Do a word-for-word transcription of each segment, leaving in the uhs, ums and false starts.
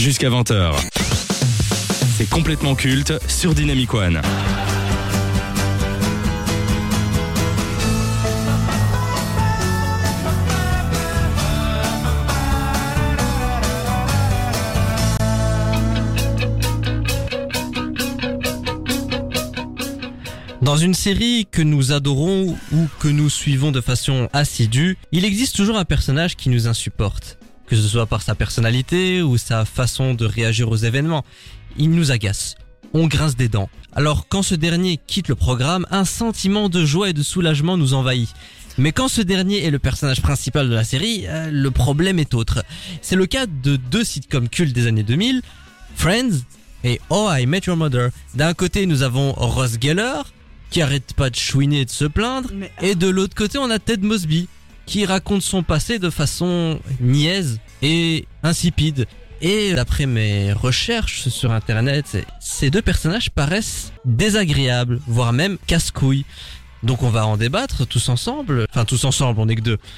Jusqu'à vingt heures. C'est complètement culte sur Dynamic One. Dans une série que nous adorons ou que nous suivons de façon assidue, il existe toujours un personnage qui nous insupporte. Que ce soit par sa personnalité ou sa façon de réagir aux événements. Il nous agace. On grince des dents. Alors quand ce dernier quitte le programme, un sentiment de joie et de soulagement nous envahit. Mais quand ce dernier est le personnage principal de la série, euh, le problème est autre. C'est le cas de deux sitcoms cultes des années deux mille, Friends et Oh I Met Your Mother. D'un côté nous avons Ross Geller, qui arrête pas de chouiner et de se plaindre, mais... et de l'autre côté on a Ted Mosby, qui raconte son passé de façon niaise et insipide. Et d'après mes recherches sur internet, ces deux personnages paraissent désagréables, voire même casse-couilles. Donc on va en débattre tous ensemble, enfin tous ensemble, on est que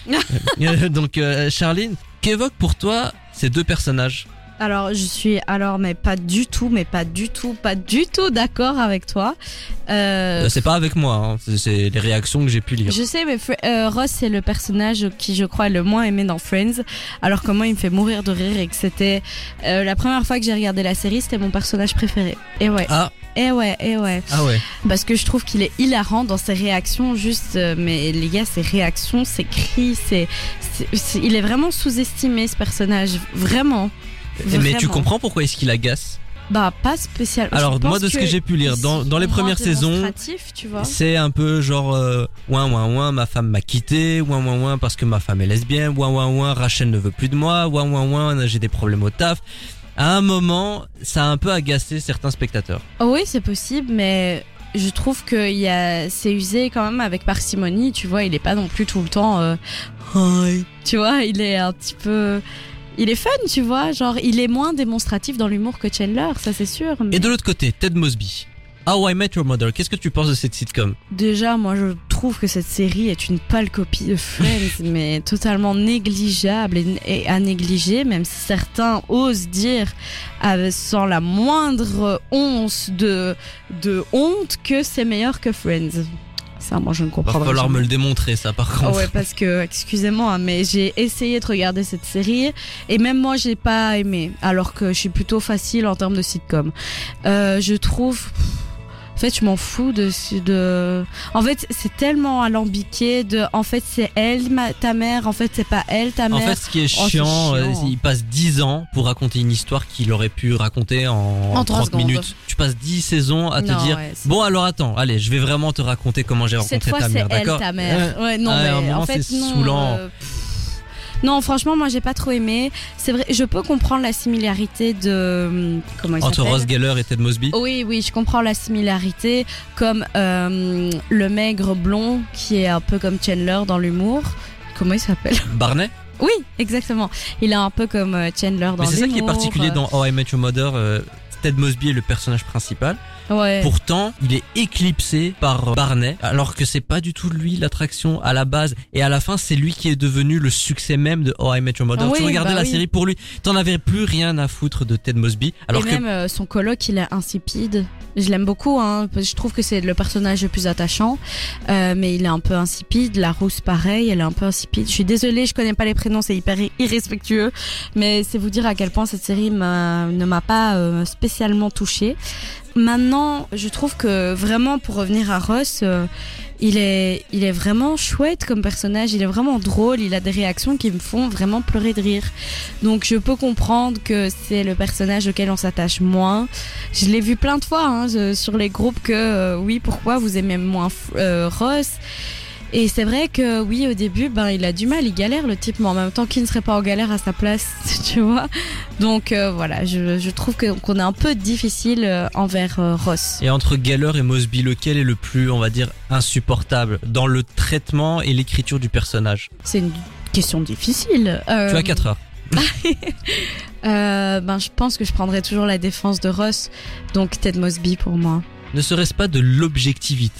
deux. Donc euh, Charline, qu'évoquent pour toi ces deux personnages ? Alors je suis alors mais pas du tout mais pas du tout pas du tout d'accord avec toi. Euh... C'est pas avec moi, hein. c'est, c'est les réactions que j'ai pu lire. Je sais mais euh, Ross c'est le personnage qui je crois est le moins aimé dans Friends. Alors que moi il me fait mourir de rire et que c'était euh, la première fois que j'ai regardé la série, c'était mon personnage préféré. Et ouais. Ah. Et ouais, et ouais. Ah ouais. Parce que je trouve qu'il est hilarant dans ses réactions, juste, euh, mais les gars, ses réactions, ses cris, c'est, c'est, c'est, il est vraiment sous-estimé ce personnage, vraiment. Mais Vraiment. tu comprends pourquoi est-ce qu'il agace ? Bah pas spécial. Alors moi de ce que, que j'ai pu lire dans dans les premières saisons, tu vois. C'est un peu genre euh, ouin ouin ouin ma femme m'a quitté, ouin ouin ouin parce que ma femme est lesbienne, ouin ouin ouin Rachel ne veut plus de moi, ouin ouin ouin j'ai des problèmes au taf. À un moment, ça a un peu agacé certains spectateurs. Oh oui, c'est possible, mais je trouve que il y a c'est usé quand même avec parcimonie, tu vois, il est pas non plus tout le temps euh, hi. Tu vois, il est un petit peu il est fun, tu vois, genre il est moins démonstratif dans l'humour que Chandler, ça c'est sûr. Mais... Et de l'autre côté, Ted Mosby. How I Met Your Mother, qu'est-ce que tu penses de cette sitcom ? Déjà, moi je trouve que cette série est une pâle copie de Friends, mais totalement négligeable et, et à négliger, même si certains osent dire avec, sans la moindre once de, de honte que c'est meilleur que Friends. Ça, moi, je ne comprends pas. Va falloir me le démontrer, ça, par contre. Oh ouais, parce que, excusez-moi, mais j'ai essayé de regarder cette série et même moi, j'ai pas aimé, alors que je suis plutôt facile en termes de sitcom. Euh, je trouve... En fait, je m'en fous de, de, en fait, c'est tellement alambiqué de, en fait, c'est elle, ma, ta mère, en fait, c'est pas elle, ta mère. En fait, ce qui est chiant, oh, chiant. Euh, il passe dix ans pour raconter une histoire qu'il aurait pu raconter en, en trente minutes. Tu passes dix saisons à te non, dire, ouais, bon, alors attends, allez, je vais vraiment te raconter comment j'ai rencontré ta mère, d'accord? Cette fois, c'est elle, ta mère. Ouais, non, ah, mais, moment, en fait, c'est non. Saoulant. Euh, Non, franchement, moi, j'ai pas trop aimé. C'est vrai, je peux comprendre la similarité de comment il entre s'appelle Ross Geller et Ted Mosby. Oui, oui, je comprends la similarité, comme euh, le maigre blond qui est un peu comme Chandler dans l'humour. Comment il s'appelle ? Barney. Oui, exactement. Il est un peu comme Chandler dans l'humour. Mais c'est ça qui est particulier dans How I Met Your Mother. Euh, Ted Mosby est le personnage principal. Ouais. Pourtant, il est éclipsé par Barney, alors que c'est pas du tout lui l'attraction à la base. Et à la fin, c'est lui qui est devenu le succès même de How I Met Your Mother. Oui, tu regardais bah la oui. série pour lui, t'en avais plus rien à foutre de Ted Mosby. Alors et que même euh, son coloc, il est insipide. Je l'aime beaucoup, hein. Je trouve que c'est le personnage le plus attachant, euh, mais il est un peu insipide. La rousse, pareil, elle est un peu insipide. Je suis désolée, je connais pas les prénoms, c'est hyper irrespectueux, mais c'est vous dire à quel point cette série m'a, ne m'a pas euh, spécialement touchée. Maintenant, je trouve que vraiment, pour revenir à Ross, euh, il est, il est vraiment chouette comme personnage. Il est vraiment drôle. Il a des réactions qui me font vraiment pleurer de rire. Donc, je peux comprendre que c'est le personnage auquel on s'attache moins. Je l'ai vu plein de fois hein, je, sur les groupes que euh, oui, pourquoi vous aimez moins euh, Ross. Et c'est vrai que oui, au début, ben il a du mal, il galère le type, mais en même temps, qui ne serait pas en galère à sa place, tu vois. Donc euh, voilà, je, je trouve que, qu'on est un peu difficile euh, envers euh, Ross. Et entre Geller et Mosby, lequel est le plus, on va dire, insupportable dans le traitement et l'écriture du personnage ? C'est une question difficile. Euh... Tu as quatre heures. euh, ben je pense que je prendrais toujours la défense de Ross, donc Ted Mosby pour moi. Ne serait-ce pas de l'objectivité là ?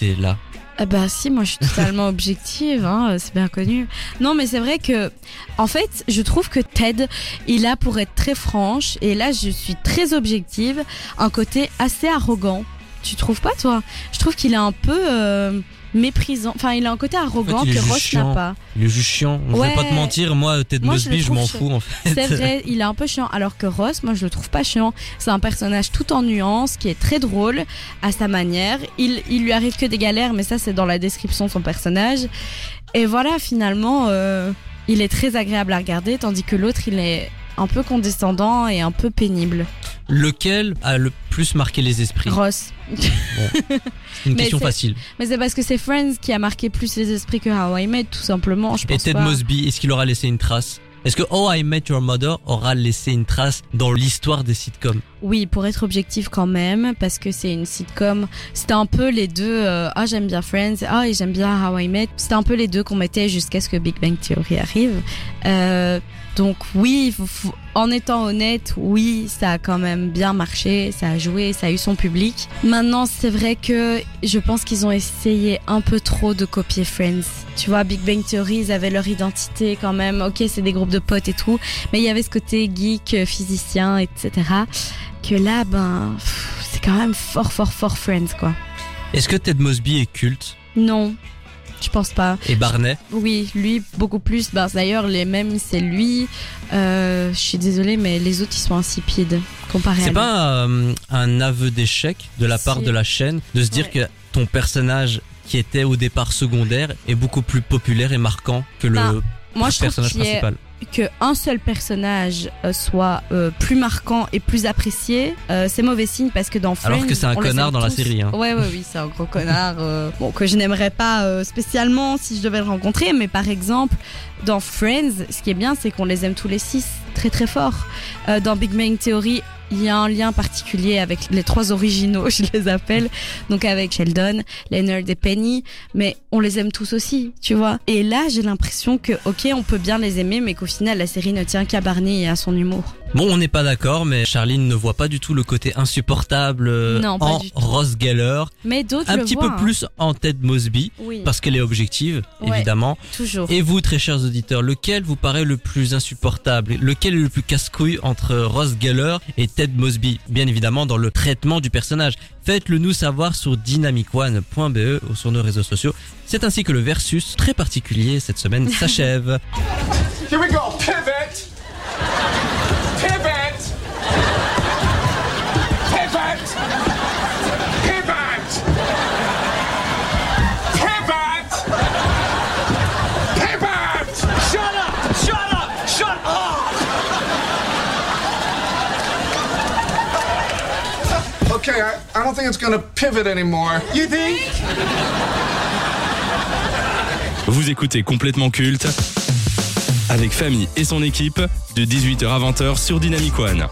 Ah bah si, moi je suis totalement objective, hein, c'est bien connu. Non mais c'est vrai que, en fait, je trouve que Ted, il a, pour être très franche, et là je suis très objective, un côté assez arrogant. Tu trouves pas, toi? Je trouve qu'il est un peu euh, méprisant, enfin il a un côté arrogant, en fait, que Ross n'a pas. Il est juste chiant, on ouais. va pas te mentir, moi Ted moi, Mosby je, je m'en fous en fait. C'est vrai, il est un peu chiant, alors que Ross, moi je le trouve pas chiant. C'est un personnage tout en nuances, qui est très drôle à sa manière. Il, il lui arrive que des galères, mais ça c'est dans la description de son personnage. Et voilà, finalement, euh, il est très agréable à regarder, tandis que l'autre il est un peu condescendant et un peu pénible. Lequel a le plus marqué les esprits? Ross. Bon. C'est une mais question c'est, facile. Mais c'est parce que c'est Friends qui a marqué plus les esprits que How I Met, tout simplement. Je pense et Ted pas. Mosby, est-ce qu'il aura laissé une trace? Est-ce que How I Met Your Mother aura laissé une trace dans l'histoire des sitcoms? Oui, pour être objectif quand même, parce que c'est une sitcom. C'était un peu les deux. Euh, ah, j'aime bien Friends. Ah, et j'aime bien How I Met. C'était un peu les deux qu'on mettait jusqu'à ce que Big Bang Theory arrive. Euh, donc oui, faut, faut, en étant honnête, oui, ça a quand même bien marché, ça a joué, ça a eu son public. Maintenant, c'est vrai que je pense qu'ils ont essayé un peu trop de copier Friends. Tu vois, Big Bang Theory, ils avaient leur identité quand même. Ok, c'est des groupes de potes et tout, mais il y avait ce côté geek, physicien, et cetera. Que là, ben, pff, c'est quand même fort, fort, fort Friends, quoi. Est-ce que Ted Mosby est culte? Non. Je pense pas. Et Barney? Oui, lui beaucoup plus. Bah, d'ailleurs, les mêmes, c'est lui. Euh, je suis désolée, mais les autres, ils sont insipides comparé à lui. C'est pas euh, un aveu d'échec de la part si. de la chaîne de se dire ouais. que ton personnage qui était au départ secondaire est beaucoup plus populaire et marquant que bah, le moi, personnage je trouve principal? Que un seul personnage euh, soit euh, plus marquant et plus apprécié, euh, c'est mauvais signe parce que dans Friends, alors que c'est un connard dans tous. la série. Hein. Ouais, ouais, oui, c'est un gros connard. Euh, bon, que je n'aimerais pas euh, spécialement si je devais le rencontrer, mais par exemple, dans Friends, ce qui est bien, c'est qu'on les aime tous les six très très fort. Euh, dans Big Bang Theory, il y a un lien particulier avec les trois originaux, je les appelle, donc avec Sheldon, Leonard et Penny, mais on les aime tous aussi, tu vois. Et là, j'ai l'impression que, ok, on peut bien les aimer, mais qu'au final, la série ne tient qu'à Barney et à son humour. Bon, on n'est pas d'accord, mais Charline ne voit pas du tout le côté insupportable non, en Ross Geller. Mais d'autres Un le petit voient, peu hein. plus en Ted Mosby, oui. parce qu'elle est objective, ouais, évidemment. Toujours. Et vous, très chers auditeurs, lequel vous paraît le plus insupportable? Lequel est le plus casse-couille entre Ross Geller et Ted Mosby? Bien évidemment, dans le traitement du personnage. Faites-le nous savoir sur dynamic one point b e ou sur nos réseaux sociaux. C'est ainsi que le versus très particulier cette semaine s'achève. Here we go, pivot! Pivot! Pivot! Pivot! Pivot! Pivot! Shut up! Shut up! Shut up! Okay, I, I don't think it's gonna pivot anymore. You think? Vous écoutez Complètement Culte avec Famille et son équipe de dix-huit heures à vingt heures sur Dynamic One.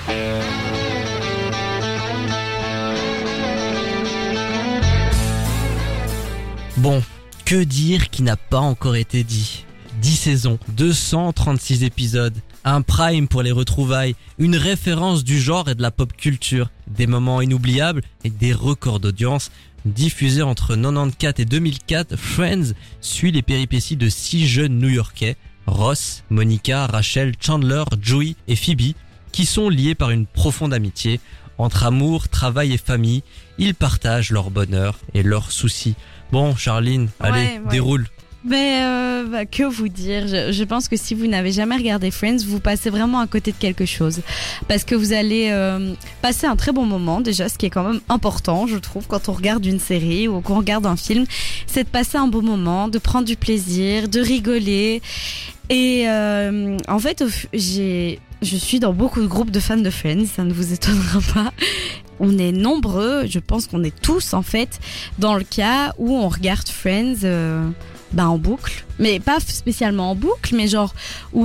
Bon, que dire qui n'a pas encore été dit? dix saisons, deux cent trente-six épisodes, un prime pour les retrouvailles, une référence du genre et de la pop culture, des moments inoubliables et des records d'audience. Diffusé entre quatre-vingt-quatorze et deux mille quatre, Friends suit les péripéties de six jeunes New-Yorkais, Ross, Monica, Rachel, Chandler, Joey et Phoebe, qui sont liés par une profonde amitié. Entre amour, travail et famille, ils partagent leur bonheur et leurs soucis. Bon, Charline, allez, ouais, ouais. déroule. Mais euh, bah, que vous dire, je, je pense que si vous n'avez jamais regardé Friends, vous passez vraiment à côté de quelque chose. Parce que vous allez euh, passer un très bon moment, déjà, ce qui est quand même important, je trouve, quand on regarde une série ou qu'on regarde un film, c'est de passer un bon moment, de prendre du plaisir, de rigoler. Et euh, en fait, j'ai, je suis dans beaucoup de groupes de fans de Friends, ça ne vous étonnera pas. On est nombreux, je pense qu'on est tous en fait, dans le cas où on regarde Friends... Euh, Bah en boucle, mais pas spécialement en boucle, mais genre où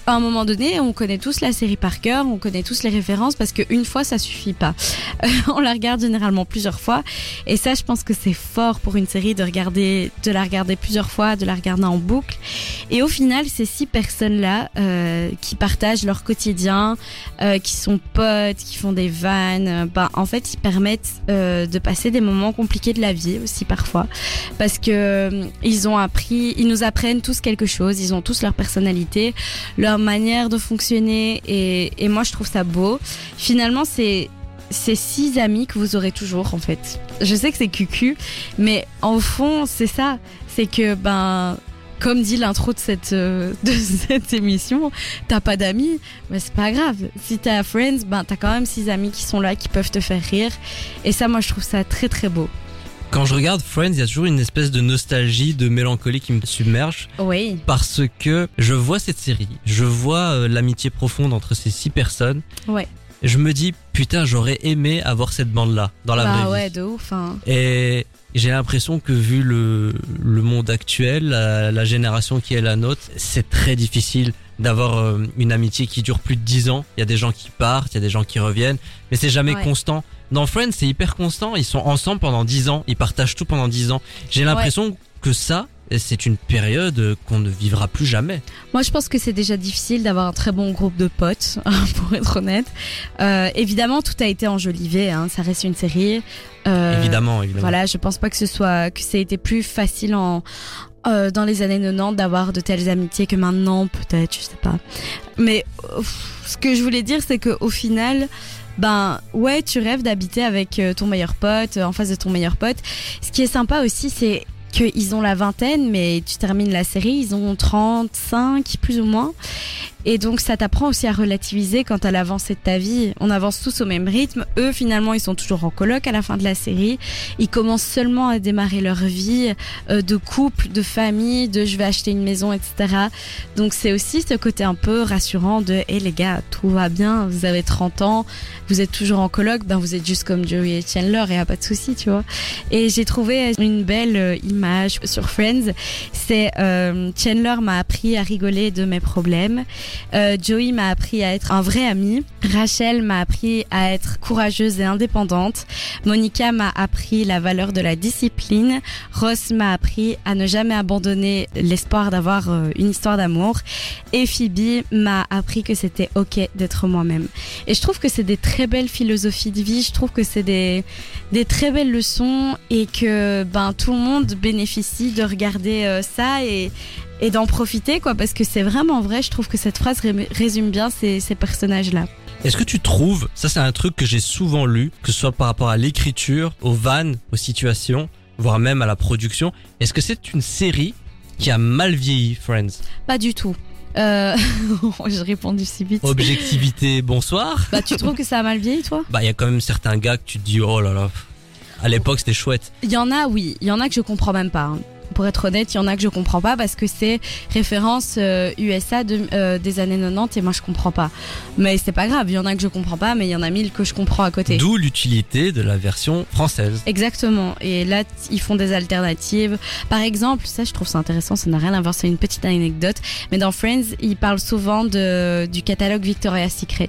à un moment donné, on connaît tous la série par cœur, on connaît tous les références parce qu'une fois, ça suffit pas. Euh, on la regarde généralement plusieurs fois. Et ça, je pense que c'est fort pour une série de regarder, de la regarder plusieurs fois, de la regarder en boucle. Et au final, ces six personnes-là, euh, qui partagent leur quotidien, euh, qui sont potes, qui font des vannes, euh, ben, en fait, ils permettent euh, de passer des moments compliqués de la vie aussi parfois. Parce que euh, ils ont appris, ils nous apprennent tous quelque chose, ils ont tous leur personnalité, leur manière de fonctionner et, et moi je trouve ça beau. Finalement c'est c'est six amis que vous aurez toujours en fait. Je sais que c'est cucu, mais en fond c'est ça, c'est que ben comme dit l'intro de cette euh, de cette émission, t'as pas d'amis, mais c'est pas grave. Si t'as Friends, ben t'as quand même six amis qui sont là, qui peuvent te faire rire. Et ça, moi je trouve ça très très beau. Quand je regarde Friends, il y a toujours une espèce de nostalgie, de mélancolie qui me submerge. Oui. Parce que je vois cette série, je vois euh, l'amitié profonde entre ces six personnes. Ouais. Je me dis, putain, j'aurais aimé avoir cette bande-là dans la bah vraie ouais, vie. de ouf. Hein. Et j'ai l'impression que vu le, le monde actuel, la, la génération qui est la nôtre, c'est très difficile d'avoir euh, une amitié qui dure plus de dix ans. Il y a des gens qui partent, il y a des gens qui reviennent, mais c'est jamais ouais. constant. Dans Friends, c'est hyper constant. Ils sont ensemble pendant dix ans. Ils partagent tout pendant dix ans. J'ai l'impression ouais. que ça, c'est une période qu'on ne vivra plus jamais. Moi, je pense que c'est déjà difficile d'avoir un très bon groupe de potes, pour être honnête. Euh, évidemment, tout a été enjolivé. Hein, ça reste une série. Euh, évidemment, évidemment. Voilà, je pense pas que ce soit que ça a été plus facile en euh, dans les années quatre-vingt-dix d'avoir de telles amitiés que maintenant, peut-être, je sais pas. Mais ouf, ce que je voulais dire, c'est que au final. Ben ouais, tu rêves d'habiter avec ton meilleur pote, en face de ton meilleur pote. Ce qui est sympa aussi, c'est qu'ils ont la vingtaine, mais tu termines la série, ils ont trente-cinq plus ou moins. Et donc ça t'apprend aussi à relativiser quand à l'avancée de ta vie. On avance tous au même rythme. Eux finalement ils sont toujours en coloc à la fin de la série. Ils commencent seulement à démarrer leur vie euh, de couple, de famille, de je vais acheter une maison, et cetera. Donc c'est aussi ce côté un peu rassurant de hé hey, les gars, tout va bien, vous avez trente ans, vous êtes toujours en coloc, ben vous êtes juste comme Joey et Chandler et y a pas de souci, tu vois. Et j'ai trouvé une belle euh, image sur Friends. C'est euh, Chandler m'a appris à rigoler de mes problèmes. Euh, Joey m'a appris à être un vrai ami. Rachel m'a appris à être courageuse et indépendante. Monica m'a appris la valeur de la discipline. Ross m'a appris à ne jamais abandonner l'espoir d'avoir euh, une histoire d'amour. Et Phoebe m'a appris que c'était ok d'être moi-même. Et je trouve que c'est des très belles philosophies de vie. Je trouve que c'est des, des très belles leçons et que ben, tout le monde bénéficie de regarder euh, ça et et d'en profiter quoi, parce que c'est vraiment vrai. Je trouve que cette phrase ré- résume bien ces, ces personnages là. Est-ce que tu trouves, ça c'est un truc que j'ai souvent lu, que ce soit par rapport à l'écriture, aux vannes, aux situations, voire même à la production, est-ce que c'est une série qui a mal vieilli, Friends? Pas du tout. Euh... J'ai répondu si vite. Objectivité, bonsoir. Bah tu trouves que ça a mal vieilli toi? Bah il y a quand même certains gars que tu te dis oh là là, à l'époque c'était chouette. Il y en a oui, il y en a que je comprends même pas. Hein. Pour être honnête, il y en a que je comprends pas parce que c'est référence euh, U S A de, euh, des années quatre-vingt-dix et moi je comprends pas. Mais c'est pas grave, il y en a que je comprends pas, mais il y en a mille que je comprends à côté. D'où l'utilité de la version française. Exactement. Et là, ils font des alternatives. Par exemple, ça je trouve ça intéressant, ça n'a rien à voir, c'est une petite anecdote. Mais dans Friends, ils parlent souvent de, du catalogue Victoria's Secret.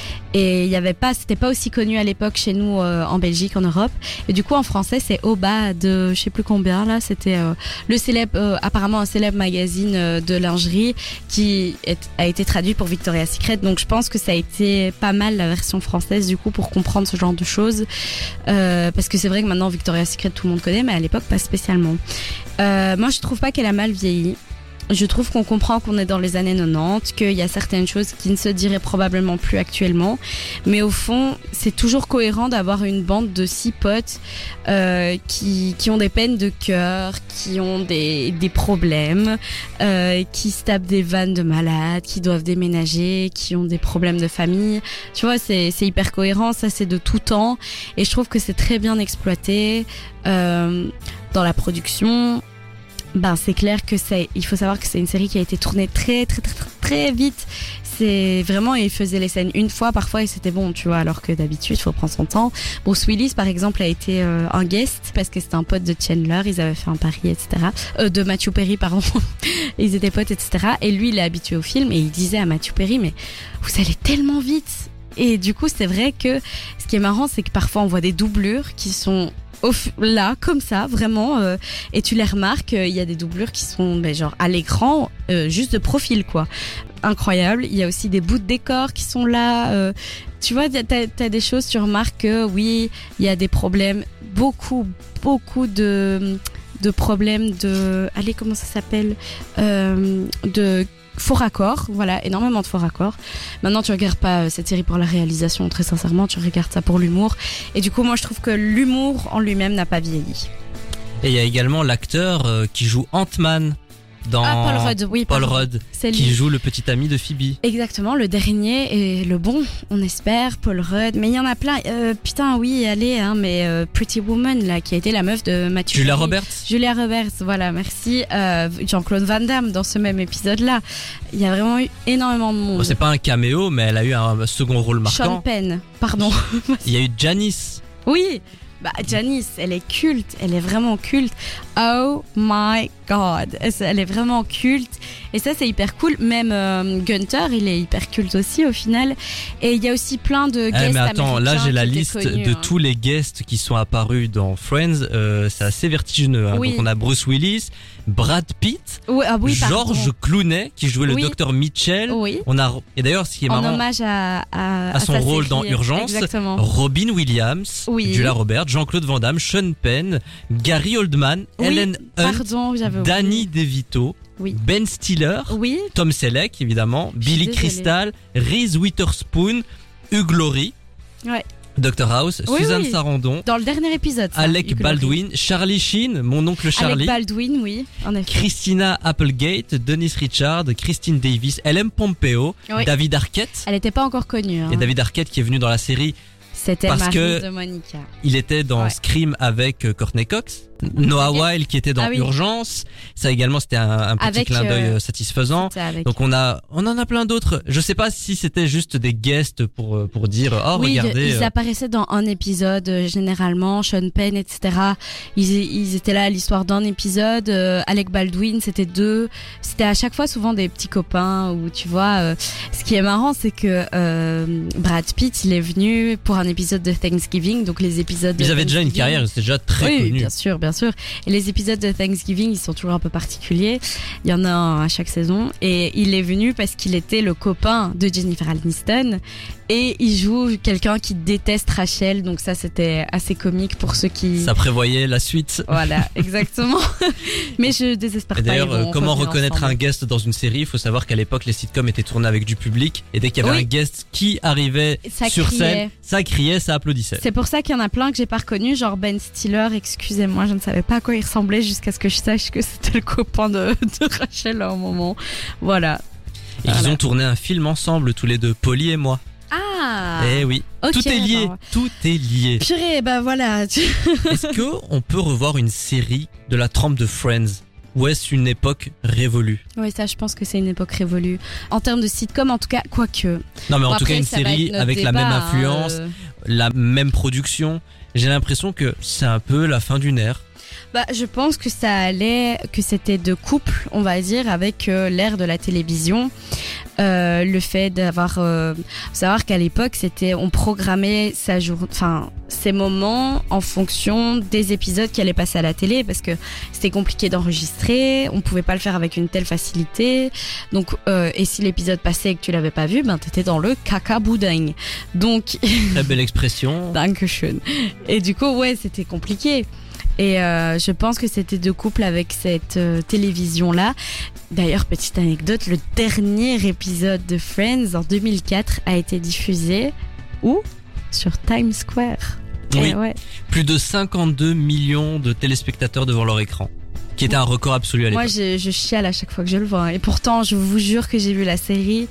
Et il y avait pas, c'était pas aussi connu à l'époque chez nous euh, en Belgique, en Europe. Et du coup, en français, c'est au bas de, je sais plus combien là, c'était euh, le célèbre, euh, apparemment un célèbre magazine euh, de lingerie qui est, a été traduit pour Victoria's Secret. Donc, je pense que ça a été pas mal la version française du coup pour comprendre ce genre de choses. Euh, parce que c'est vrai que maintenant Victoria's Secret tout le monde connaît, mais à l'époque pas spécialement. Euh, moi, je trouve pas qu'elle a mal vieilli. Je trouve qu'on comprend qu'on est dans les années quatre-vingt-dix, qu'il y a certaines choses qui ne se diraient probablement plus actuellement. Mais au fond, c'est toujours cohérent d'avoir une bande de six potes euh, qui, qui ont des peines de cœur, qui ont des, des problèmes, euh, qui se tapent des vannes de malades, qui doivent déménager, qui ont des problèmes de famille. Tu vois, c'est, c'est hyper cohérent, ça c'est de tout temps. Et je trouve que c'est très bien exploité euh, dans la production. Ben c'est clair que c'est, il faut savoir que c'est une série qui a été tournée très très très très, très vite. C'est vraiment, il faisait les scènes une fois parfois et c'était bon, tu vois, alors que d'habitude, il faut prendre son temps. Bruce Willis, par exemple, a été euh, un guest parce que c'était un pote de Chandler, ils avaient fait un pari, et cetera. Euh, de Matthew Perry, pardon. Ils étaient potes, et cetera. Et lui, il est habitué au film et il disait à Matthew Perry, mais vous allez tellement vite. Et du coup, c'est vrai que ce qui est marrant, c'est que parfois, on voit des doublures qui sont Au f- là, comme ça, vraiment, euh, et tu les remarques, il euh, y a des doublures qui sont, ben, genre, à l'écran, euh, juste de profil, quoi. Incroyable. Il y a aussi des bouts de décor qui sont là. Euh, tu vois, t'as, t'as des choses, tu remarques que, oui, il y a des problèmes, beaucoup, beaucoup de, de problèmes de, allez, comment ça s'appelle, euh, de faux raccords, voilà, énormément de faux raccords. Maintenant, tu regardes pas cette série pour la réalisation, très sincèrement, tu regardes ça pour l'humour. Et du coup, moi, je trouve que l'humour en lui-même n'a pas vieilli. Et il y a également l'acteur euh, qui joue Ant-Man dans Ah, Paul Rudd, oui, Paul pardon. Rudd, C'est qui lui. joue le petit ami de Phoebe. Exactement, le dernier est le bon, on espère, Paul Rudd. Mais il y en a plein. Euh, putain, oui, allez, hein, mais euh, Pretty Woman, là, qui a été la meuf de Matthew Julia Perry. Roberts. Julia Roberts, voilà, merci. Euh, Jean-Claude Van Damme dans ce même épisode-là. Il y a vraiment eu énormément de monde. Bon, c'est pas un caméo, mais elle a eu un second rôle Sean marquant. Penn, pardon. Il y a eu Janice. Oui, bah Janice, elle est culte, elle est vraiment culte. Oh my god, elle est vraiment culte. Et ça, c'est hyper cool. Même euh, Gunther, il est hyper culte aussi au final. Et il y a aussi plein de guests Eh, mais attends, là américains j'ai la qui étaient liste connus, de hein. tous les guests qui sont apparus dans Friends. Euh, c'est assez vertigineux. Hein. Oui. Donc on a Bruce Willis, Brad Pitt, Oui, ah oui, pardon. George Clooney qui jouait le Oui. docteur Mitchell. Oui. On a et d'ailleurs ce qui est En marrant, hommage à, à, à son sa rôle série. dans Urgence. Exactement. Robin Williams, Oui. Julia Roberts, Jean-Claude Van Damme, Sean Penn, Gary Oldman, Oui, Ellen Hunt, Pardon, j'avais oublié. Danny DeVito, Oui. Ben Stiller, Oui. Tom Selleck évidemment, Je suis Billy désolée. Crystal, Reese Witherspoon, Hugh Laurie, Ouais. Doctor House, Oui, Suzanne oui. Sarandon, Dans le dernier épisode. ça, Alec Hugh Laurie. Baldwin, Charlie Sheen, mon oncle Charlie, Alec Baldwin, oui, en effet. Christina Applegate, Dennis Richard, Christine Davis, Ellen Pompeo, Oui. David Arquette. Elle n'était pas encore connue. Hein. Et David Arquette qui est venu dans la série, C'était parce Marie que- de Monica. il était dans Ouais. Scream avec euh, Courtney Cox, Noah Ok. Weil qui était dans Ah oui. Urgence. Ça également c'était un, un petit Avec, clin d'œil euh, euh, satisfaisant. C'était avec- Donc on a, on en a plein d'autres. Je sais pas si c'était juste des guests pour euh, pour dire oh oui, regardez. ils euh, apparaissaient dans un épisode euh, généralement, Sean Penn, et cetera. Ils, ils étaient là à l'histoire d'un épisode. euh, Alec Baldwin, c'était deux. C'était à chaque fois souvent des petits copains. Ou tu vois, euh, ce qui est marrant, c'est que euh, Brad Pitt, il est venu pour un épisode de Thanksgiving, donc les épisodes. de ils avaient déjà une Thanksgiving. carrière, ils étaient déjà très Oui, connus. bien sûr, bien sûr. Et les épisodes de Thanksgiving, ils sont toujours un peu particuliers. Il y en a un à chaque saison. Et il est venu parce qu'il était le copain de Jennifer Aniston. Et il joue quelqu'un qui déteste Rachel. Donc ça, c'était assez comique pour ceux qui... Ça prévoyait la suite. Voilà, exactement. Mais je désespère Et pas. d'ailleurs, ils vont euh, comment revenir reconnaître ensemble. un guest dans une série? Il faut savoir qu'à l'époque, les sitcoms étaient tournés avec du public. Et dès qu'il y avait Oui. un guest qui arrivait Ça sur criait. scène, ça criait, ça applaudissait. C'est pour ça qu'il y en a plein que j'ai pas reconnu, genre Ben Stiller, excusez-moi, je ne savais pas à quoi il ressemblait jusqu'à ce que je sache que c'était le copain de, de Rachel à un moment. Voilà. Et ils Voilà. ont tourné un film ensemble, tous les deux, Polly et moi. Ah Eh oui, ok, tout est lié, bah, tout est lié. Purée, bah voilà. tu- Est-ce que on peut revoir une série de la trempe de Friends? Ou est-ce une époque révolue? Oui, ça, je pense que c'est une époque révolue. En termes de sitcom, en tout cas, quoique. Non mais en Bon, tout après, cas une ça va série être notre avec la débat, même hein, influence, euh. la même production. J'ai l'impression que c'est un peu la fin d'une ère. Bah, je pense que ça allait, que c'était de couple, on va dire, avec euh, l'ère de la télévision. Euh, le fait d'avoir, euh, faut savoir qu'à l'époque, c'était, on programmait sa jour, enfin, ses moments en fonction des épisodes qui allaient passer à la télé, parce que c'était compliqué d'enregistrer, on pouvait pas le faire avec une telle facilité. Donc, euh, et si l'épisode passait et que tu l'avais pas vu, ben t'étais dans le caca boudin. Donc, Très belle expression. Dankeschön. Et du coup, ouais, c'était compliqué. Et euh, je pense que c'était de couple avec cette euh, télévision-là. D'ailleurs, petite anecdote, le dernier épisode de Friends en deux mille quatre a été diffusé où? Sur Times Square. Oui, Eh ouais. plus de cinquante-deux millions de téléspectateurs devant leur écran, qui était un record absolu à l'époque. Moi, je, je chiale à chaque fois que je le vois. Et pourtant, je vous jure que j'ai vu la série.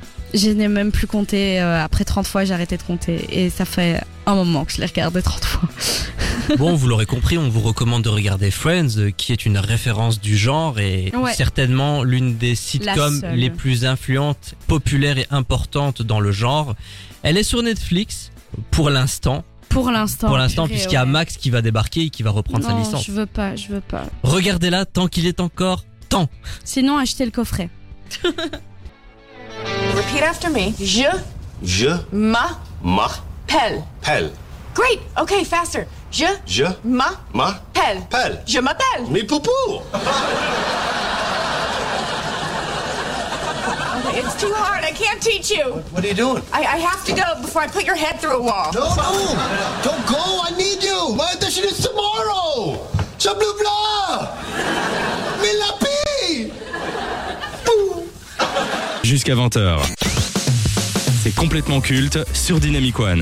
Je n'ai même plus compté. euh, après trente fois, j'ai arrêté de compter. Et ça fait un moment que je l'ai regardé trente fois. Bon, vous l'aurez compris, on vous recommande de regarder Friends, qui est une référence du genre et Ouais. certainement l'une des sitcoms seule. les plus influentes, populaires et importantes dans le genre. Elle est sur Netflix pour l'instant. Pour l'instant. Pour l'instant, purée, puisqu'il y a ouais. Max qui va débarquer et qui va reprendre sa Non, licence. je veux pas, je veux pas. Regardez-la tant qu'il est encore temps. Sinon, achetez le coffret. Repeat after me. Je Je m'appelle. m'appelle. Great. Okay, faster. Je Je m'appelle. m'appelle. Je m'appelle. Mais poupou! Okay, it's too hard. I can't teach you. What are you doing? I, I have to go before I put your head through a wall. No, no! Don't go! I need you! My audition is tomorrow! Chabloubla! Mais la pie! Jusqu'à vingt heures. C'est complètement culte sur Dynamic One.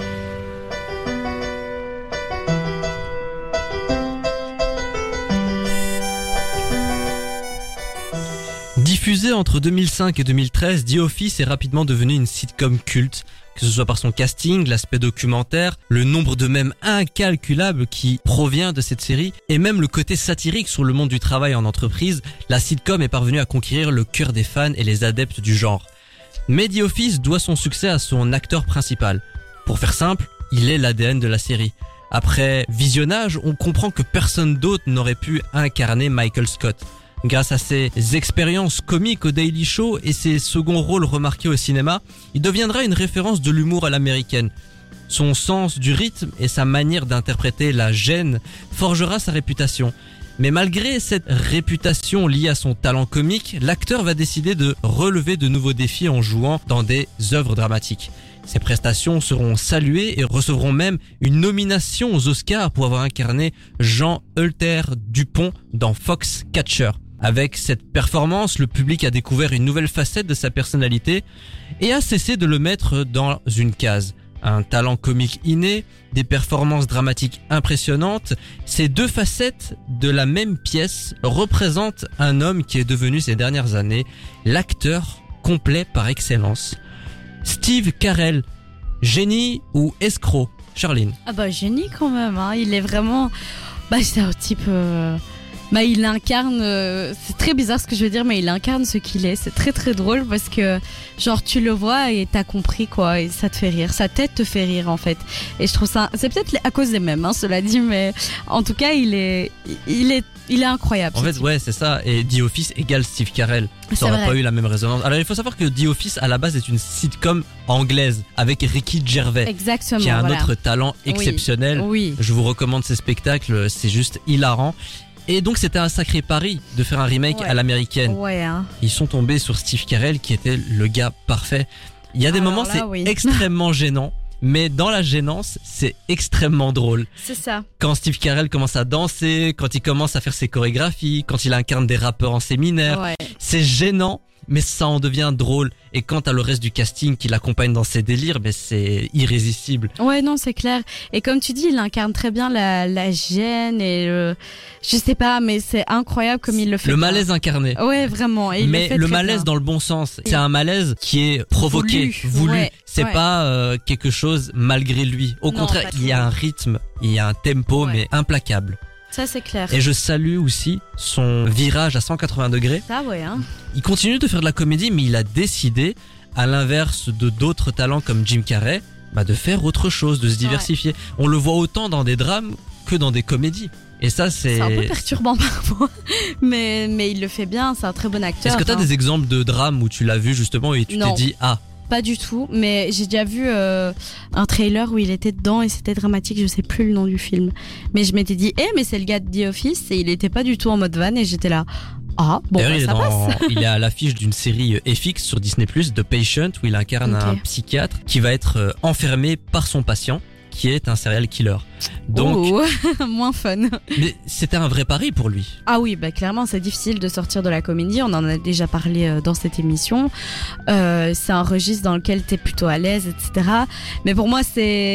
Diffusée entre deux mille cinq et deux mille treize, The Office est rapidement devenue une sitcom culte, que ce soit par son casting, l'aspect documentaire, le nombre de mèmes incalculables qui provient de cette série, et même le côté satirique sur le monde du travail en entreprise. La sitcom est parvenue à conquérir le cœur des fans et les adeptes du genre. Mais The Office doit son succès à son acteur principal. Pour faire simple, il est l'A D N de la série. Après visionnage, on comprend que personne d'autre n'aurait pu incarner Michael Scott. Grâce à ses expériences comiques au Daily Show et ses seconds rôles remarqués au cinéma, il deviendra une référence de l'humour à l'américaine. Son sens du rythme et sa manière d'interpréter la gêne forgera sa réputation. Mais malgré cette réputation liée à son talent comique, l'acteur va décider de relever de nouveaux défis en jouant dans des œuvres dramatiques. Ses prestations seront saluées et recevront même une nomination aux Oscars pour avoir incarné Jean Hulter Dupont dans Foxcatcher. Avec cette performance, le public a découvert une nouvelle facette de sa personnalité et a cessé de le mettre dans une case. Un talent comique inné, des performances dramatiques impressionnantes, ces deux facettes de la même pièce représentent un homme qui est devenu ces dernières années l'acteur complet par excellence. Steve Carell, génie ou escroc? Charline. Ah bah génie quand même, hein. Il est vraiment... Bah c'est un type... euh, Bah il incarne... euh, C'est très bizarre ce que je veux dire, mais il incarne ce qu'il est. C'est très très drôle parce que genre tu le vois et t'as compris quoi, et ça te fait rire. Sa tête te fait rire en fait. Et je trouve ça... C'est peut-être à cause des mêmes, hein, cela dit, mais en tout cas il est... Il est... Il est incroyable. En ce fait, type. ouais, c'est ça. Et The Office égale Steve Carell. C'est Ça n'aurait vrai. pas eu la même résonance. Alors, il faut savoir que The Office, à la base, est une sitcom anglaise avec Ricky Gervais, Exactement. qui a un voilà. autre talent exceptionnel. Oui. Je vous recommande ces spectacles, c'est juste hilarant. Et donc, c'était un sacré pari de faire un remake Ouais. à l'américaine. Ouais, hein. Ils sont tombés sur Steve Carell, qui était le gars parfait. Il y a des Alors moments, là, c'est oui. extrêmement gênant. Mais dans la gênance, c'est extrêmement drôle. C'est ça. Quand Steve Carell commence à danser, quand il commence à faire ses chorégraphies, quand il incarne des rappeurs en séminaire, Ouais. c'est gênant, mais ça en devient drôle. Et quant à le reste du casting qui l'accompagne dans ses délires, ben c'est irrésistible. Ouais, non, c'est clair. Et comme tu dis, il incarne très bien la, la gêne et le... Je sais pas, mais c'est incroyable comme il le fait. Le bien. malaise incarné. Ouais, vraiment. Et il Mais le, fait le très malaise bien. dans le bon sens. C'est un malaise qui est provoqué, Voulu, voulu. ouais, c'est ouais. pas euh, quelque chose malgré lui. Au Non, contraire, pas il y a tout. un rythme, il y a un tempo, Ouais. mais implacable. Ça, c'est clair. Et je salue aussi son virage à cent quatre-vingts degrés. Ça, ouais, hein. Il continue de faire de la comédie, mais il a décidé, à l'inverse de d'autres talents comme Jim Carrey, bah de faire autre chose, de se diversifier. On le voit autant dans des drames que dans des comédies. Et ça, c'est... C'est un peu perturbant parfois. mais, mais il le fait bien, c'est un très bon acteur. Est-ce que t'as enfin. des exemples de drames où tu l'as vu justement et tu t'es Non. dit, ah, Pas du tout, mais j'ai déjà vu euh, un trailer où il était dedans et c'était dramatique, je sais plus le nom du film. Mais je m'étais dit, eh, mais c'est le gars de The Office et il était pas du tout en mode van et j'étais là, ah, bon, d'ailleurs, bah, il, est ça dans- passe. il est à l'affiche d'une série euh, F X sur Disney plus, The Patient, où il incarne Ok. un psychiatre qui va être euh, enfermé par son patient, qui est un serial killer. Donc, Oh, moins fun. mais c'était un vrai pari pour lui. Ah oui, bah clairement, c'est difficile de sortir de la comédie. On en a déjà parlé euh, dans cette émission. Euh, c'est un registre dans lequel t'es plutôt à l'aise, et cetera. Mais pour moi, c'est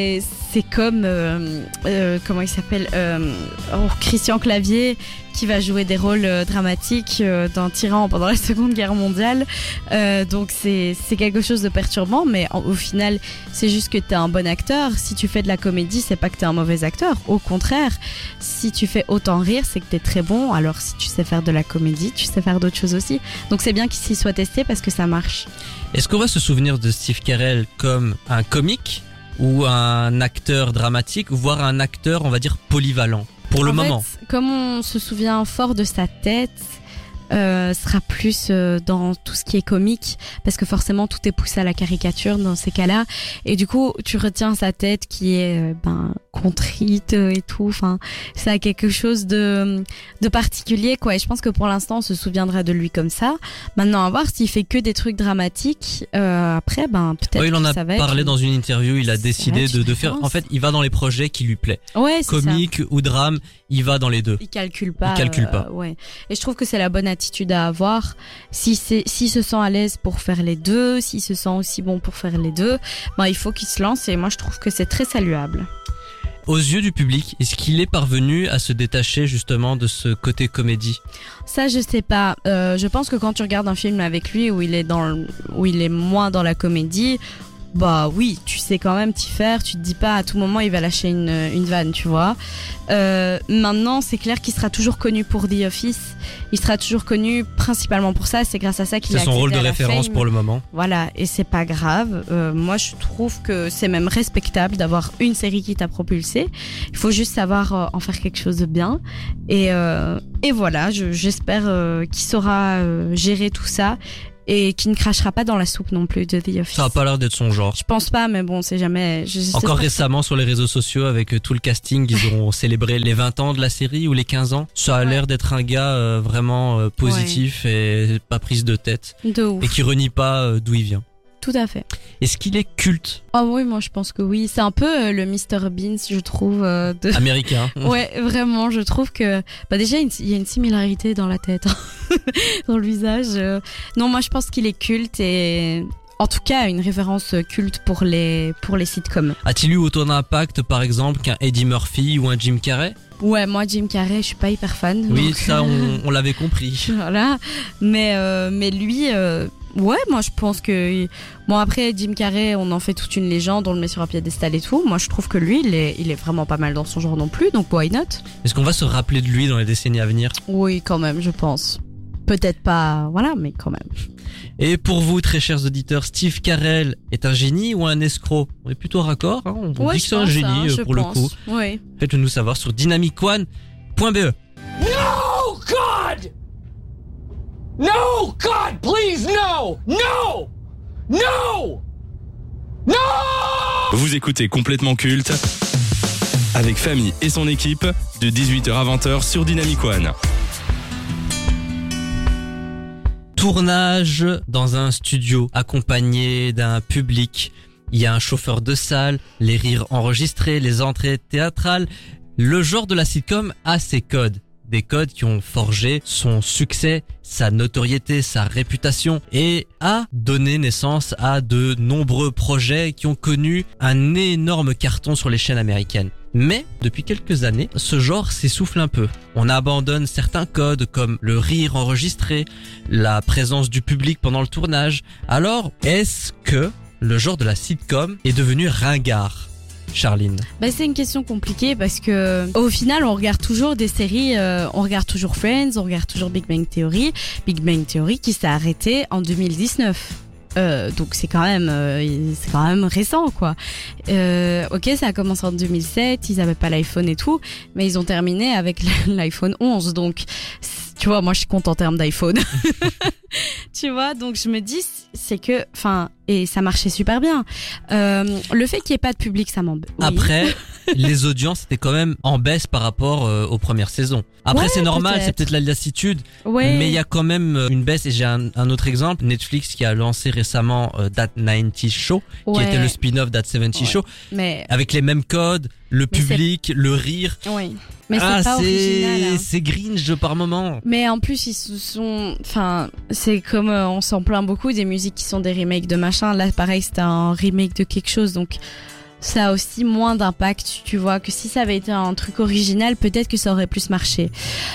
c'est comme euh, euh, comment il s'appelle euh, oh, Christian Clavier qui va jouer des rôles euh, dramatiques euh, d'un tyran pendant la Seconde Guerre mondiale. Euh, donc c'est c'est quelque chose de perturbant, mais en, au final, c'est juste que t'es un bon acteur. Si tu fais de la comédie, c'est pas que t'es un mauvais acteur. Au contraire, si tu fais autant rire, c'est que t'es très bon. Alors si tu sais faire de la comédie, tu sais faire d'autres choses aussi. Donc c'est bien qu'il s'y soit testé parce que ça marche. Est-ce qu'on va se souvenir de Steve Carell comme un comique ou un acteur dramatique, voire un acteur, on va dire, polyvalent pour le en moment? fait, comme on se souvient fort de sa tête, euh, sera plus euh, dans tout ce qui est comique, parce que forcément tout est poussé à la caricature dans ces cas-là, et du coup tu retiens sa tête qui est euh, ben contrite et tout. Enfin, ça a quelque chose de de particulier, quoi. Et je pense que pour l'instant on se souviendra de lui comme ça. Maintenant, à voir s'il fait que des trucs dramatiques. Euh, après, ben peut-être. Ouais, il en a que ça va parlé être... dans une interview. Il a Ça décidé va être de, une de faire. référence. En fait, il va dans les projets qui lui plaît. Ouais, c'est ça. Comique ou drame, il va dans les deux. Il calcule pas. Il calcule euh, pas. Ouais. Et je trouve que c'est la bonne attitude à avoir. Si c'est, s'il se sent à l'aise pour faire les deux, s'il se sent aussi bon pour faire les deux, ben il faut qu'il se lance. Et moi, je trouve que c'est très saluable. Aux yeux du public, est-ce qu'il est parvenu à se détacher justement de ce côté comédie? Ça, je sais pas. Euh, je pense que quand tu regardes un film avec lui où il est dans, le- où il est moins dans la comédie, bah oui, tu sais quand même t'y faire. Tu te dis pas à tout moment il va lâcher une, une vanne, tu vois. Euh, maintenant, c'est clair qu'il sera toujours connu pour The Office. Il sera toujours connu principalement pour ça. C'est grâce à ça qu'il a C'est son accédé rôle de à la référence fame. pour le moment. Voilà, et c'est pas grave. Euh, moi, je trouve que c'est même respectable d'avoir une série qui t'a propulsé. Il faut juste savoir euh, en faire quelque chose de bien. Et, euh, et voilà, je, j'espère euh, qu'il saura euh, gérer tout ça et qu'il ne crachera pas dans la soupe non plus de The Office. Ça a pas l'air d'être son genre. Je pense pas, mais bon, c'est jamais. Je, je sais Encore pas. récemment sur les réseaux sociaux avec euh, tout le casting, ils ont célébré les vingt ans de la série ou les quinze ans. Ça a Ouais. l'air d'être un gars euh, vraiment euh, positif et pas prise de tête De ouf. et qui renie pas euh, d'où il vient. Tout à fait. Est-ce qu'il est culte Oh oui, moi je pense que oui. C'est un peu euh, le mister Beans, je trouve. euh, de... américain? Ouais, vraiment, je trouve que bah déjà une- il y a une similarité dans la tête, hein, dans le visage. euh. Non, moi je pense qu'il est culte et en tout cas une référence culte pour les pour les sitcoms. A-t-il eu autant d'impact par exemple qu'un Eddie Murphy ou un Jim Carrey? Ouais, moi Jim Carrey, je suis pas hyper fan. Oui, donc, ça euh, on, on l'avait compris. Voilà, mais euh, mais lui, euh, ouais, moi je pense que bon après Jim Carrey, on en fait toute une légende, on le met sur un piédestal et tout. Moi je trouve que lui, il est il est vraiment pas mal dans son genre non plus, donc why not? Est-ce qu'on va se rappeler de lui dans les décennies à venir? Oui, quand même, je pense. Peut-être pas, voilà, mais quand même. Et pour vous, très chers auditeurs, Steve Carell est un génie ou un escroc? On est plutôt raccord, hein, on Ouais, dit que je c'est un pense, génie hein, euh, je pour pense. le coup. Oui. Faites-le nous savoir sur dynamic one point b e. No, God! No, God, please, no! No! No! No! Vous écoutez Complètement Culte avec Famille et son équipe de dix-huit heures à vingt heures sur Dynamic One. Tournage dans un studio accompagné d'un public. Il y a un chauffeur de salle, les rires enregistrés, les entrées théâtrales. Le genre de la sitcom a ses codes. Des codes qui ont forgé son succès, sa notoriété, sa réputation et a donné naissance à de nombreux projets qui ont connu un énorme carton sur les chaînes américaines. Mais, depuis quelques années, ce genre s'essouffle un peu. On abandonne certains codes comme le rire enregistré, la présence du public pendant le tournage. Alors, est-ce que le genre de la sitcom est devenu ringard? Charline. Bah, c'est une question compliquée parce que au final on regarde toujours des séries, euh, on regarde toujours Friends, on regarde toujours Big Bang Theory, Big Bang Theory qui s'est arrêté en deux mille dix-neuf. Euh, donc c'est quand même euh, c'est quand même récent quoi. Euh, ok, ça a commencé en deux mille sept, ils avaient pas l'iPhone et tout, mais ils ont terminé avec l'iPhone onze, donc tu vois, moi je suis contente en termes d'iPhone. Tu vois, donc je me dis c'est que enfin et ça marchait super bien. Euh, le fait qu'il y ait pas de public, ça m'embête. Oui. Après, les audiences étaient quand même en baisse par rapport euh, aux premières saisons. Après, Ouais, c'est normal, peut-être. c'est peut-être la lassitude, Ouais. mais il y a quand même euh, une baisse. Et j'ai un, un autre exemple, Netflix qui a lancé récemment euh, That quatre-vingt-dix Show, qui Ouais. était le spin-off That soixante-dix Ouais. Show, Mais avec les mêmes codes, le Mais c'est- public, le rire. oui, mais ah, c'est pas original. Hein. c'est Grinch par moment. Mais en plus ils se sont, enfin, c'est comme euh, on s'en plaint beaucoup des musiques qui sont des remakes de machin. Là, pareil, c'était un remake de quelque chose, donc ça a aussi moins d'impact, tu vois, que si ça avait été un truc original, peut-être que ça aurait plus marché.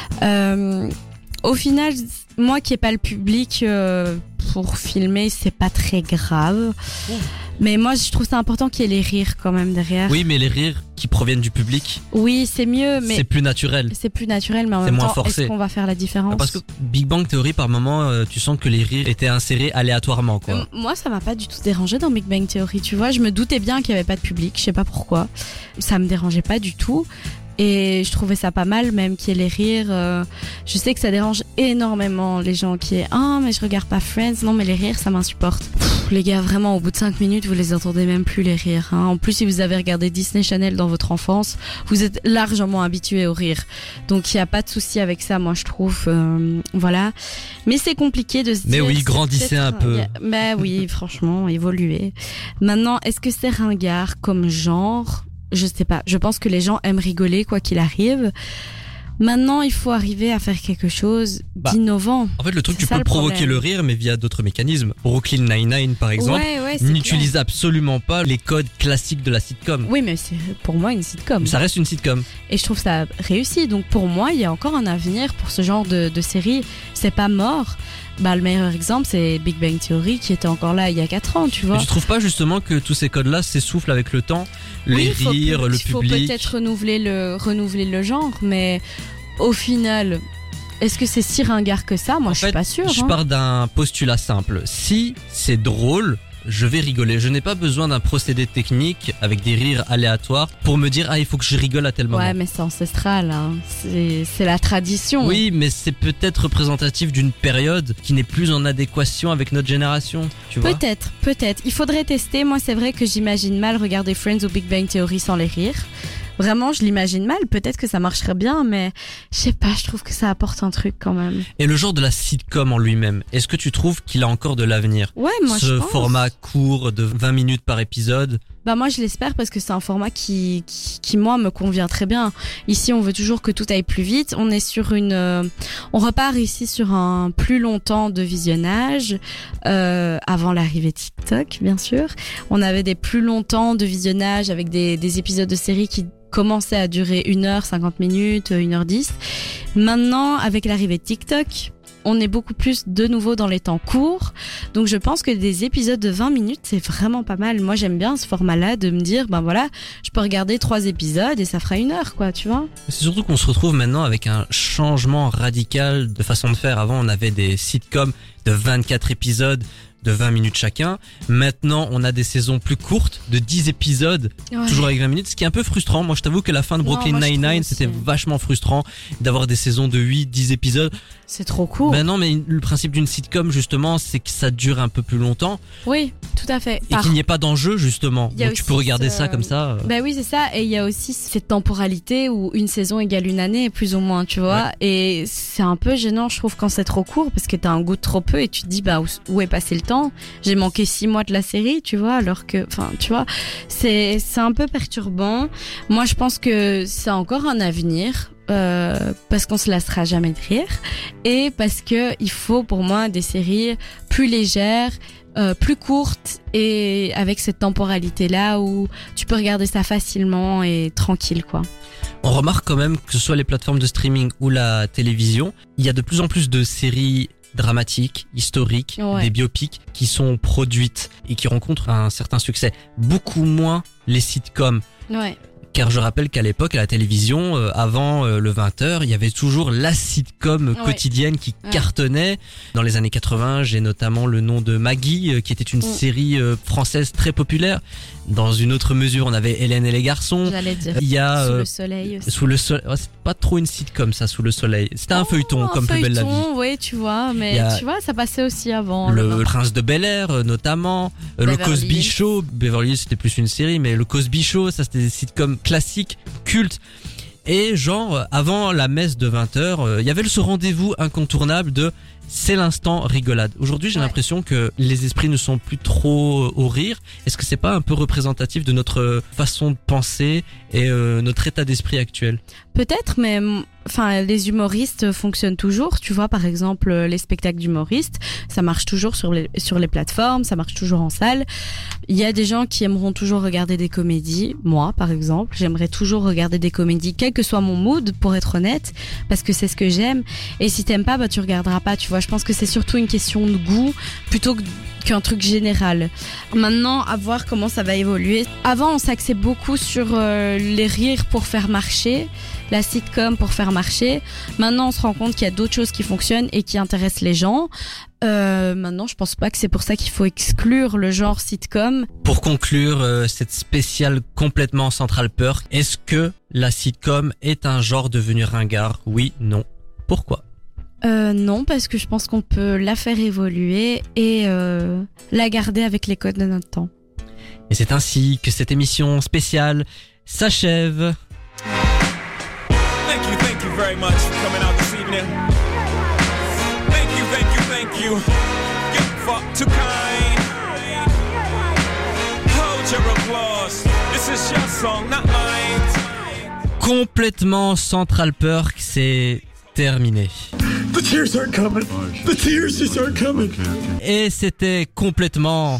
Euh, au final, moi qui n'ai pas le public euh, pour filmer, c'est pas très grave. Mais moi, je trouve ça important qu'il y ait les rires quand même derrière. Oui, mais les rires qui proviennent du public, Oui, c'est mieux, mais c'est plus naturel. c'est plus naturel, mais en C'est même moins temps, forcé. est-ce qu'on va faire la différence? Parce que Big Bang Theory, par moment, euh, tu sens que les rires étaient insérés aléatoirement, quoi. Euh, Moi, ça m'a pas du tout dérangé dans Big Bang Theory, tu vois. Je me doutais bien qu'il y avait pas de public, je sais pas pourquoi. Ça me dérangeait pas du tout. Et je trouvais ça pas mal, même qu'il y ait les rires. Euh, je sais que ça dérange énormément les gens qui est ah mais je regarde pas Friends. Non mais les rires ça m'insupporte. Pff, les gars vraiment au bout de cinq minutes vous les entendez même plus les rires. Hein. En plus si vous avez regardé Disney Channel dans votre enfance, vous êtes largement habitué aux rires. Donc il y a pas de souci avec ça moi je trouve. Euh, voilà. Mais c'est compliqué de se Mais dire. oui, c'est grandissez peut-être un peu. y a- Mais oui franchement évoluer. Maintenant est-ce que c'est ringard comme genre? Je sais pas. Je pense que les gens aiment rigoler quoi qu'il arrive. Maintenant, il faut arriver à faire quelque chose Bah, d'innovant. En fait, le truc, C'est tu ça peux le provoquer problème. le rire, mais via d'autres mécanismes. Brooklyn Nine-Nine, par exemple, Ouais, ouais, c'est n'utilise clair. absolument pas les codes classiques de la sitcom. Oui, mais c'est pour moi une sitcom. Ça reste une sitcom. Et je trouve ça réussi. Donc pour moi, il y a encore un avenir pour ce genre de, de série. C'est pas mort. Bah, le meilleur exemple, c'est Big Bang Theory qui était encore là il y a quatre ans, tu vois. Mais tu trouves pas justement que tous ces codes-là s'essoufflent avec le temps? Les Oui, il faut rires, peut- le il faut public. peut-être renouveler le, renouveler le genre, mais au final, est-ce que c'est si ringard que ça? Moi, En je suis fait, pas sûre. je hein. pars d'un postulat simple. Si c'est drôle, je vais rigoler. Je n'ai pas besoin d'un procédé technique avec des rires aléatoires pour me dire ah il faut que je rigole à tel moment. Ouais, mais c'est ancestral, hein. c'est c'est la tradition. Oui, mais c'est peut-être représentatif d'une période qui n'est plus en adéquation avec notre génération, tu vois. Peut-être, peut-être. Il faudrait tester. Moi, c'est vrai que j'imagine mal regarder Friends ou Big Bang Theory sans les rires. Vraiment, je l'imagine mal. Peut-être que ça marcherait bien, mais je sais pas, je trouve que ça apporte un truc quand même. Et le genre de la sitcom en lui-même, est-ce que tu trouves qu'il a encore de l'avenir? Ouais, moi Ce je pense. format court de vingt minutes par épisode. Bah moi je l'espère parce que c'est un format qui, qui qui moi me convient très bien. Ici on veut toujours que tout aille plus vite. On est sur une, euh, on repart ici sur un plus long temps de visionnage euh, avant l'arrivée de TikTok bien sûr. On avait des plus longs temps de visionnage avec des des épisodes de séries qui commençaient à durer une heure cinquante minutes, une heure dix. Maintenant avec l'arrivée de TikTok, on est beaucoup plus de nouveau dans les temps courts. Donc je pense que des épisodes de vingt minutes, c'est vraiment pas mal. Moi j'aime bien ce format-là de me dire, ben voilà, je peux regarder trois épisodes et ça fera une heure, quoi, tu vois. C'est surtout qu'on se retrouve maintenant avec un changement radical de façon de faire. Avant, on avait des sitcoms de vingt-quatre épisodes de vingt minutes chacun. Maintenant, on a des saisons plus courtes de dix épisodes, Ouais. toujours avec vingt minutes, ce qui est un peu frustrant. Moi, je t'avoue que la fin de Non, Brooklyn moi, je trouve Nine-Nine, aussi. c'était vachement frustrant d'avoir des saisons de huit, dix épisodes. C'est trop court. Ben non, mais le principe d'une sitcom, justement, c'est que ça dure un peu plus longtemps Oui, tout à fait. et Par- qu'il n'y ait pas d'enjeu, justement. Il y a Donc tu aussi peux regarder ce- ça comme ça. euh. Ben oui, c'est ça. Et il y a aussi cette temporalité où une saison égale une année, plus ou moins, tu vois. Et c'est un peu gênant, je trouve, quand c'est trop court, parce que t'as un goût de trop peu et tu te dis, bah, où, où est passé le temps? J'ai manqué six mois de la série, tu vois, alors que, enfin, tu vois, c'est, c'est un peu perturbant. Moi, je pense que c'est encore un avenir. Euh, parce qu'on se lassera jamais de rire et parce que il faut pour moi des séries plus légères, euh, plus courtes et avec cette temporalité là où tu peux regarder ça facilement et tranquille quoi. On remarque quand même que ce soit les plateformes de streaming ou la télévision, il y a de plus en plus de séries dramatiques, historiques, Ouais. des biopics qui sont produites et qui rencontrent un certain succès. Beaucoup moins les sitcoms. Ouais. Car je rappelle qu'à l'époque, à la télévision, euh, avant euh, le vingt heures, il y avait toujours la sitcom Ouais. quotidienne qui Ouais. cartonnait. Dans les années quatre-vingts, j'ai notamment le nom de Maggie, euh, qui était une Mm. série euh, française très populaire. Dans une autre mesure, on avait Hélène et les garçons. J'allais dire. Il y a Sous euh, le soleil aussi. Sous le soleil, ouais, c'est pas trop une sitcom ça, Sous le soleil. C'était un Oh, feuilleton un comme Plus belle la vie. feuilleton, oui, tu vois, mais Il y a- tu vois, ça passait aussi avant. Le vingt. Prince de Bel-Air euh, notamment, euh, le Beverly Cosby Hills. Show, Beverly Hills c'était plus une série, mais le Cosby Show, ça c'était des sitcoms classiques, cultes. Et genre, euh, avant la messe de vingt heures, il y avait ce rendez-vous incontournable de c'est l'instant rigolade. Aujourd'hui, j'ai Ouais. l'impression que les esprits ne sont plus trop au rire. Est-ce que c'est pas un peu représentatif de notre façon de penser et euh, notre état d'esprit actuel? Peut-être, mais enfin, les humoristes fonctionnent toujours. Tu vois, par exemple, les spectacles d'humoristes, ça marche toujours sur les sur les plateformes, ça marche toujours en salle. Il y a des gens qui aimeront toujours regarder des comédies. Moi, par exemple, j'aimerais toujours regarder des comédies, quel que soit mon mood, pour être honnête, parce que c'est ce que j'aime. Et si t'aimes pas, bah tu regarderas pas. Tu vois, je pense que c'est surtout une question de goût plutôt que qu'un truc général. Maintenant, à voir comment ça va évoluer. Avant, on s'axait beaucoup sur euh, les rires pour faire marcher, la sitcom pour faire marcher. Maintenant, on se rend compte qu'il y a d'autres choses qui fonctionnent et qui intéressent les gens. Euh, maintenant, je pense pas que c'est pour ça qu'il faut exclure le genre sitcom. Pour conclure euh, cette spéciale complètement Central Perk, est-ce que la sitcom est un genre devenu ringard? Oui, non. Pourquoi? Euh, non, parce que je pense qu'on peut la faire évoluer et euh, la garder avec les codes de notre temps. Et c'est ainsi que cette émission spéciale s'achève. Thank you, thank you very much for coming out this evening. Thank you, thank you, thank you. You're fuck too kind. Hold your applause. This is your song, not mine. Complètement Central Perk, c'est terminé. The tears aren't coming. The tears just aren't coming. Et c'était complètement...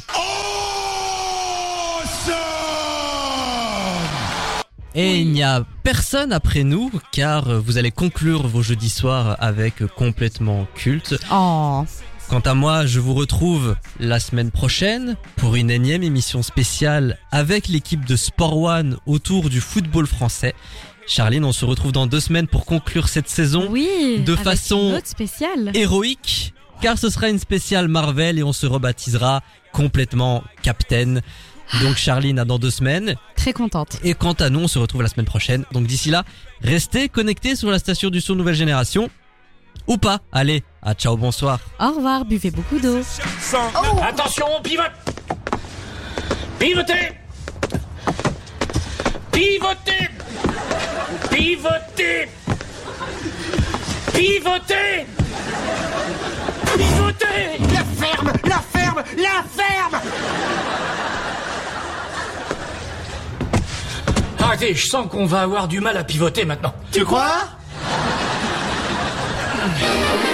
Et il n'y a personne après nous, car vous allez conclure vos jeudis soirs avec Complètement Culte. Oh. Quant à moi, je vous retrouve la semaine prochaine pour une énième émission spéciale avec l'équipe de Sport One autour du football français. Charline, on se retrouve dans deux semaines pour conclure cette saison Oui, de avec façon une autre spéciale. héroïque, car ce sera une spéciale Marvel et on se rebaptisera Complètement Captain. Donc Charline, à dans deux semaines. Très contente. Et quant à nous, on se retrouve la semaine prochaine. Donc d'ici là, restez connectés sur la station du son Nouvelle Génération. Ou pas. Allez, à ciao, bonsoir. Au revoir, buvez beaucoup d'eau. Oh. Attention, pivote. Pivotez. Pivotez. Pivotez. Pivotez. Pivotez. La ferme, la ferme, la ferme. Arrêtez, je sens qu'on va avoir du mal à pivoter maintenant. Tu crois?